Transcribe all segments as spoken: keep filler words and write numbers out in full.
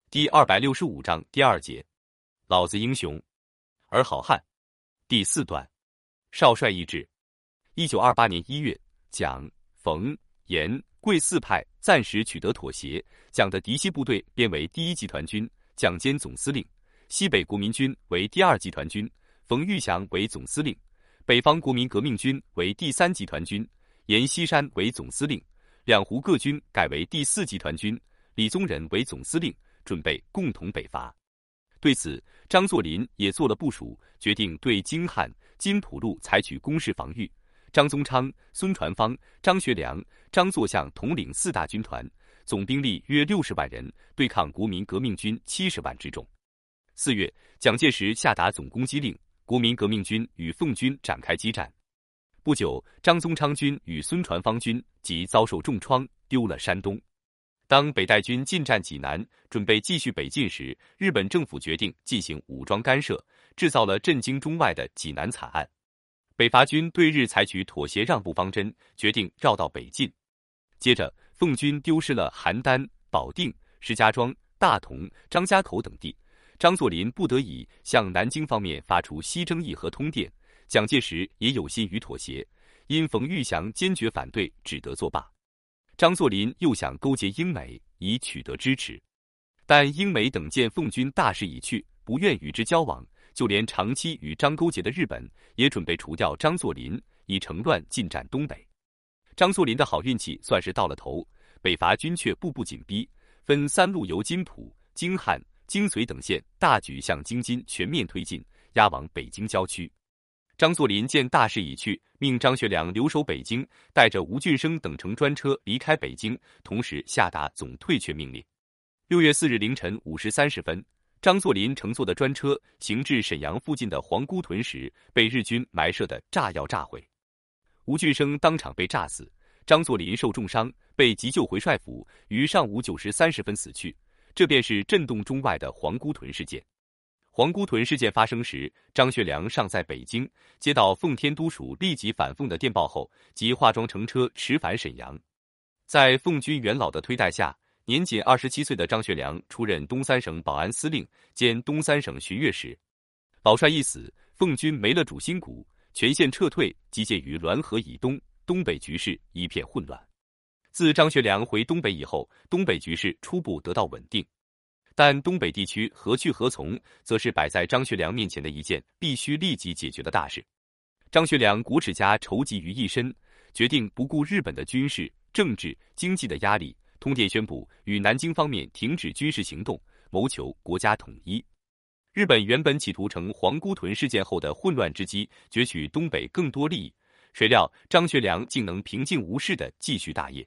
第二百六十五章第二节，老子英雄而好汉。第四段，少帅意志。一九二八年一月，蒋、冯、阎、桂四派暂时取得妥协，蒋的嫡系部队编为第一集团军，蒋兼总司令；西北国民军为第二集团军，冯玉祥为总司令；北方国民革命军为第三集团军，阎锡山为总司令；两湖各军改为第四集团军，李宗仁为总司令。准备共同北伐。对此，张作霖也做了部署，决定对京汉、津浦路采取攻势防御。张宗昌、孙传芳、张学良、张作相统领四大军团，总兵力约六十万人，对抗国民革命军七十万之众。四月，蒋介石下达总攻击令，国民革命军与奉军展开激战。不久，张宗昌军与孙传芳军即遭受重创，丢了山东。当北代军进占济南，准备继续北进时，日本政府决定进行武装干涉，制造了震惊中外的济南惨案。北伐军对日采取妥协让步方针，决定绕道北进。接着，奉军丢失了邯郸、保定、石家庄、大同、张家口等地，张作霖不得已向南京方面发出西征议和通电。蒋介石也有心于妥协，因冯玉祥坚决反对，只得作罢。张作霖又想勾结英美，以取得支持，但英美等见奉军大势已去，不愿与之交往，就连长期与张勾结的日本也准备除掉张作霖，以乘乱进占东北。张作霖的好运气算是到了头，北伐军却步步紧逼，分三路由津浦、京汉、京绥等县大举向京津全面推进，压往北京郊区。张作霖见大势已去，命张学良留守北京，带着吴俊升等乘专车离开北京，同时下达总退却命令。六月四日凌晨五时三十分，张作霖乘坐的专车行至沈阳附近的皇姑屯时，被日军埋设的炸药炸毁，吴俊升当场被炸死，张作霖受重伤，被急救回帅府，于上午九时三十分死去。这便是震动中外的皇姑屯事件。皇姑屯事件发生时，张学良尚在北京，接到奉天都署立即反奉的电报后，即化妆乘车驰返沈阳。在奉军元老的推带下，年仅二十七岁的张学良出任东三省保安司令兼东三省巡阅使。保帅一死，奉军没了主心骨，全线撤退，集结于滦河以东，东北局势一片混乱。自张学良回东北以后，东北局势初步得到稳定。但东北地区何去何从，则是摆在张学良面前的一件必须立即解决的大事。张学良国耻家筹集于一身，决定不顾日本的军事、政治、经济的压力，通电宣布与南京方面停止军事行动，谋求国家统一。日本原本企图乘皇姑屯事件后的混乱之机，攫取东北更多利益，谁料张学良竟能平静无事地继续大业。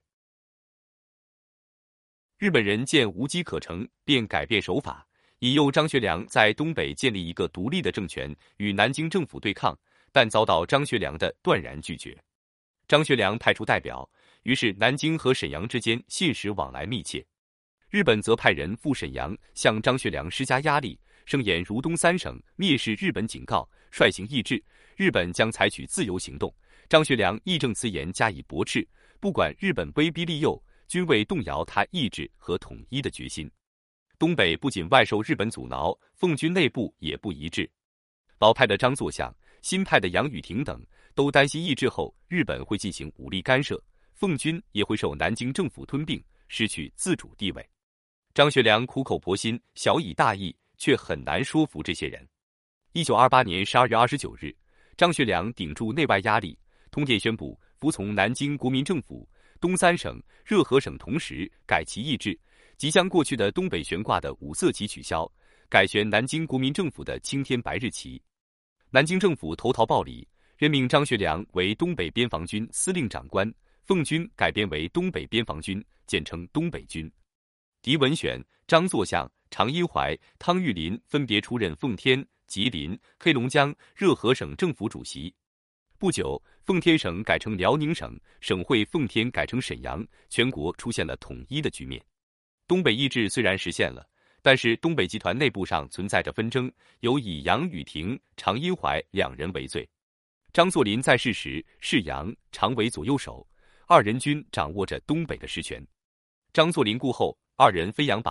日本人见无机可乘，便改变手法，引诱张学良在东北建立一个独立的政权，与南京政府对抗，但遭到张学良的断然拒绝。张学良派出代表，于是南京和沈阳之间信使往来密切。日本则派人赴沈阳，向张学良施加压力，声言如东三省蔑视日本警告，率行抑制，日本将采取自由行动。张学良义正辞严加以驳斥，不管日本威逼利诱，均未动摇他意志和统一的决心。东北不仅外受日本阻挠，奉军内部也不一致。老派的张作相、新派的杨宇霆等都担心抑制后日本会进行武力干涉，奉军也会受南京政府吞并，失去自主地位。张学良苦口婆心，小以大义，却很难说服这些人。一九二八年十二月二十九日，张学良顶住内外压力，通电宣布服从南京国民政府，东三省、热河省同时改旗易帜，即将过去的东北悬挂的五色旗取消，改悬南京国民政府的青天白日旗。南京政府投桃报李，任命张学良为东北边防军司令长官，奉军改编为东北边防军，简称东北军。狄文选、张作相、常荫槐、汤玉麟分别出任奉天、吉林、黑龙江、热河省政府主席。不久，奉天省改成辽宁省，省会奉天改成沈阳，全国出现了统一的局面。东北易帜虽然实现了，但是东北集团内部上存在着纷争，有以杨宇霆、常荫槐两人为最。张作霖在世时是杨、常为左右手，二人均掌握着东北的实权。张作霖故后，二人飞扬跋扈，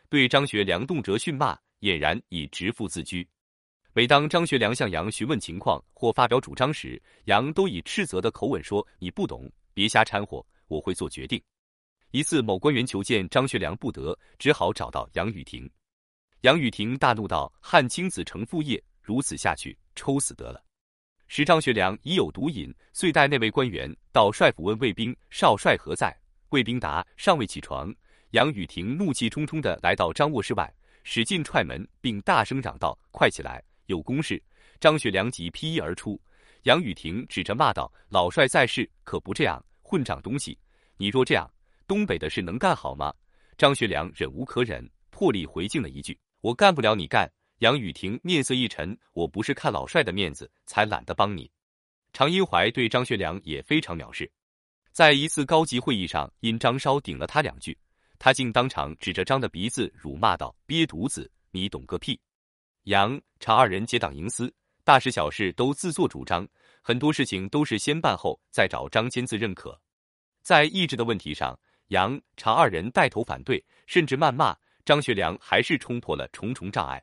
对张学良动辄训骂，俨然以直父自居。每当张学良向杨询问情况或发表主张时，杨都以斥责的口吻说：“你不懂，别瞎掺和，我会做决定。”一次，某官员求见张学良不得，只好找到杨雨婷。杨雨婷大怒道：“汉卿子承父业，如此下去，抽死得了。”时张学良已有毒瘾，遂带那位官员到帅府问卫兵：“少帅何在？”卫兵答：“尚未起床。”杨雨婷怒气冲冲地来到张卧室外，使劲踹门，并大声嚷道：“快起来，有公事！”张学良即披衣而出。杨雨婷指着骂道：“老帅在世，可不这样，混账东西！你若这样，东北的事能干好吗？”张学良忍无可忍，破例回敬了一句：“我干不了你干。”杨雨婷面色一沉：“我不是看老帅的面子，才懒得帮你。”常荫槐对张学良也非常藐视，在一次高级会议上，因张稍顶了他两句，他竟当场指着张的鼻子辱骂道：“憋犊子，你懂个屁！”杨、常二人结党营私，大事小事都自作主张，很多事情都是先办后再找张签字认可。在意志的问题上，杨、常二人带头反对，甚至谩骂，张学良还是冲破了重重障碍。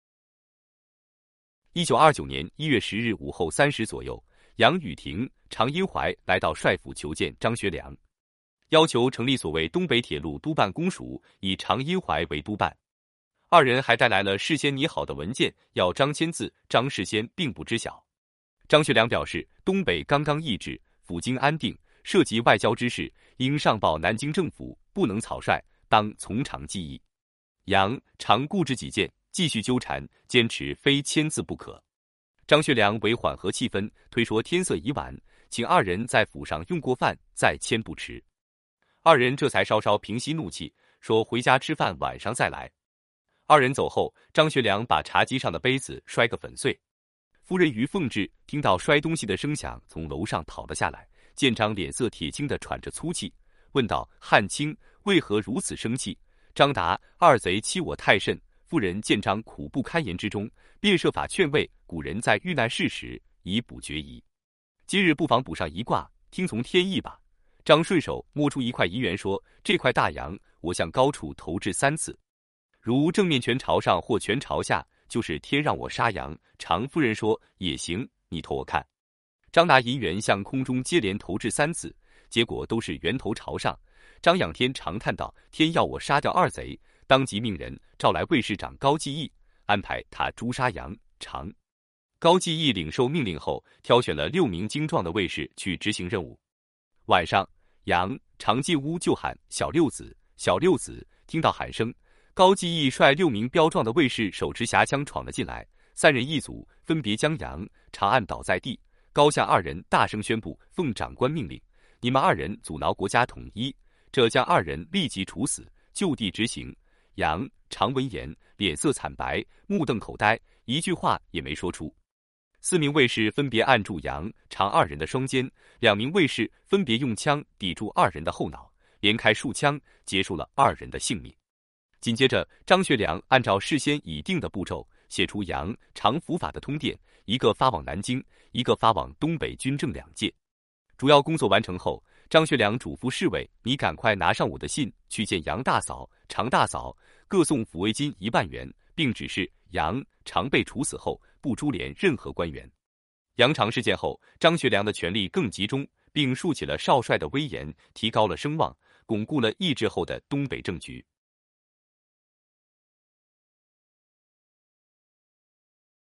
一九二九年一月十日午后三时左右，杨雨婷、常荫槐来到帅府求见张学良，要求成立所谓东北铁路督办公署，以常荫槐为督办。二人还带来了事先拟好的文件，要张签字。张事先并不知晓。张学良表示，东北刚刚易帜，府京安定，涉及外交之事，应上报南京政府，不能草率，当从长计议。杨、常固执己见，继续纠缠，坚持非签字不可。张学良为缓和气氛，推说天色已晚，请二人在府上用过饭再签不迟。二人这才稍稍平息怒气，说回家吃饭，晚上再来。二人走后，张学良把茶几上的杯子摔个粉碎。夫人于凤至听到摔东西的声响，从楼上跑了下来，见张脸色铁青的喘着粗气，问道：“汉卿为何如此生气？”张答：“二贼欺我太甚。”妇人见张苦不堪言之中，便设法劝慰。古人在遇难事时，以补决疑。今日不妨补上一卦，听从天意吧。张顺手摸出一块银元，说：“这块大洋，我向高处投掷三次，如正面全朝上或全朝下，就是天让我杀羊。”常夫人说：“也行，你投我看。”张拿银元向空中接连投掷三次，结果都是源头朝上。张仰天长叹道：“天要我杀掉二贼！”当即命人召来卫士长高继义，安排他诛杀杨、常。高继义领受命令后，挑选了六名精壮的卫士去执行任务。晚上，杨、常进屋就喊：“小六子，小六子！”听到喊声，高继义率六名彪壮的卫士手持匣枪闯了进来，三人一组，分别将杨、常按倒在地。高向二人大声宣布：“奉长官命令，你们二人阻挠国家统一！”这将二人立即处死，就地执行。杨、常闻言，脸色惨白，目瞪口呆，一句话也没说出。四名卫士分别按住杨、常二人的双肩，两名卫士分别用枪抵住二人的后脑，连开数枪，结束了二人的性命。紧接着，张学良按照事先已定的步骤，写出杨、常伏法的通电，一个发往南京，一个发往东北军政两界。主要工作完成后，张学良嘱咐侍卫：“你赶快拿上我的信，去见杨大嫂、常大嫂，各送抚慰金一万元，并指示杨、常被处死后不株连任何官员。”杨常事件后，张学良的权力更集中，并竖起了少帅的威严，提高了声望，巩固了易帜后的东北政局。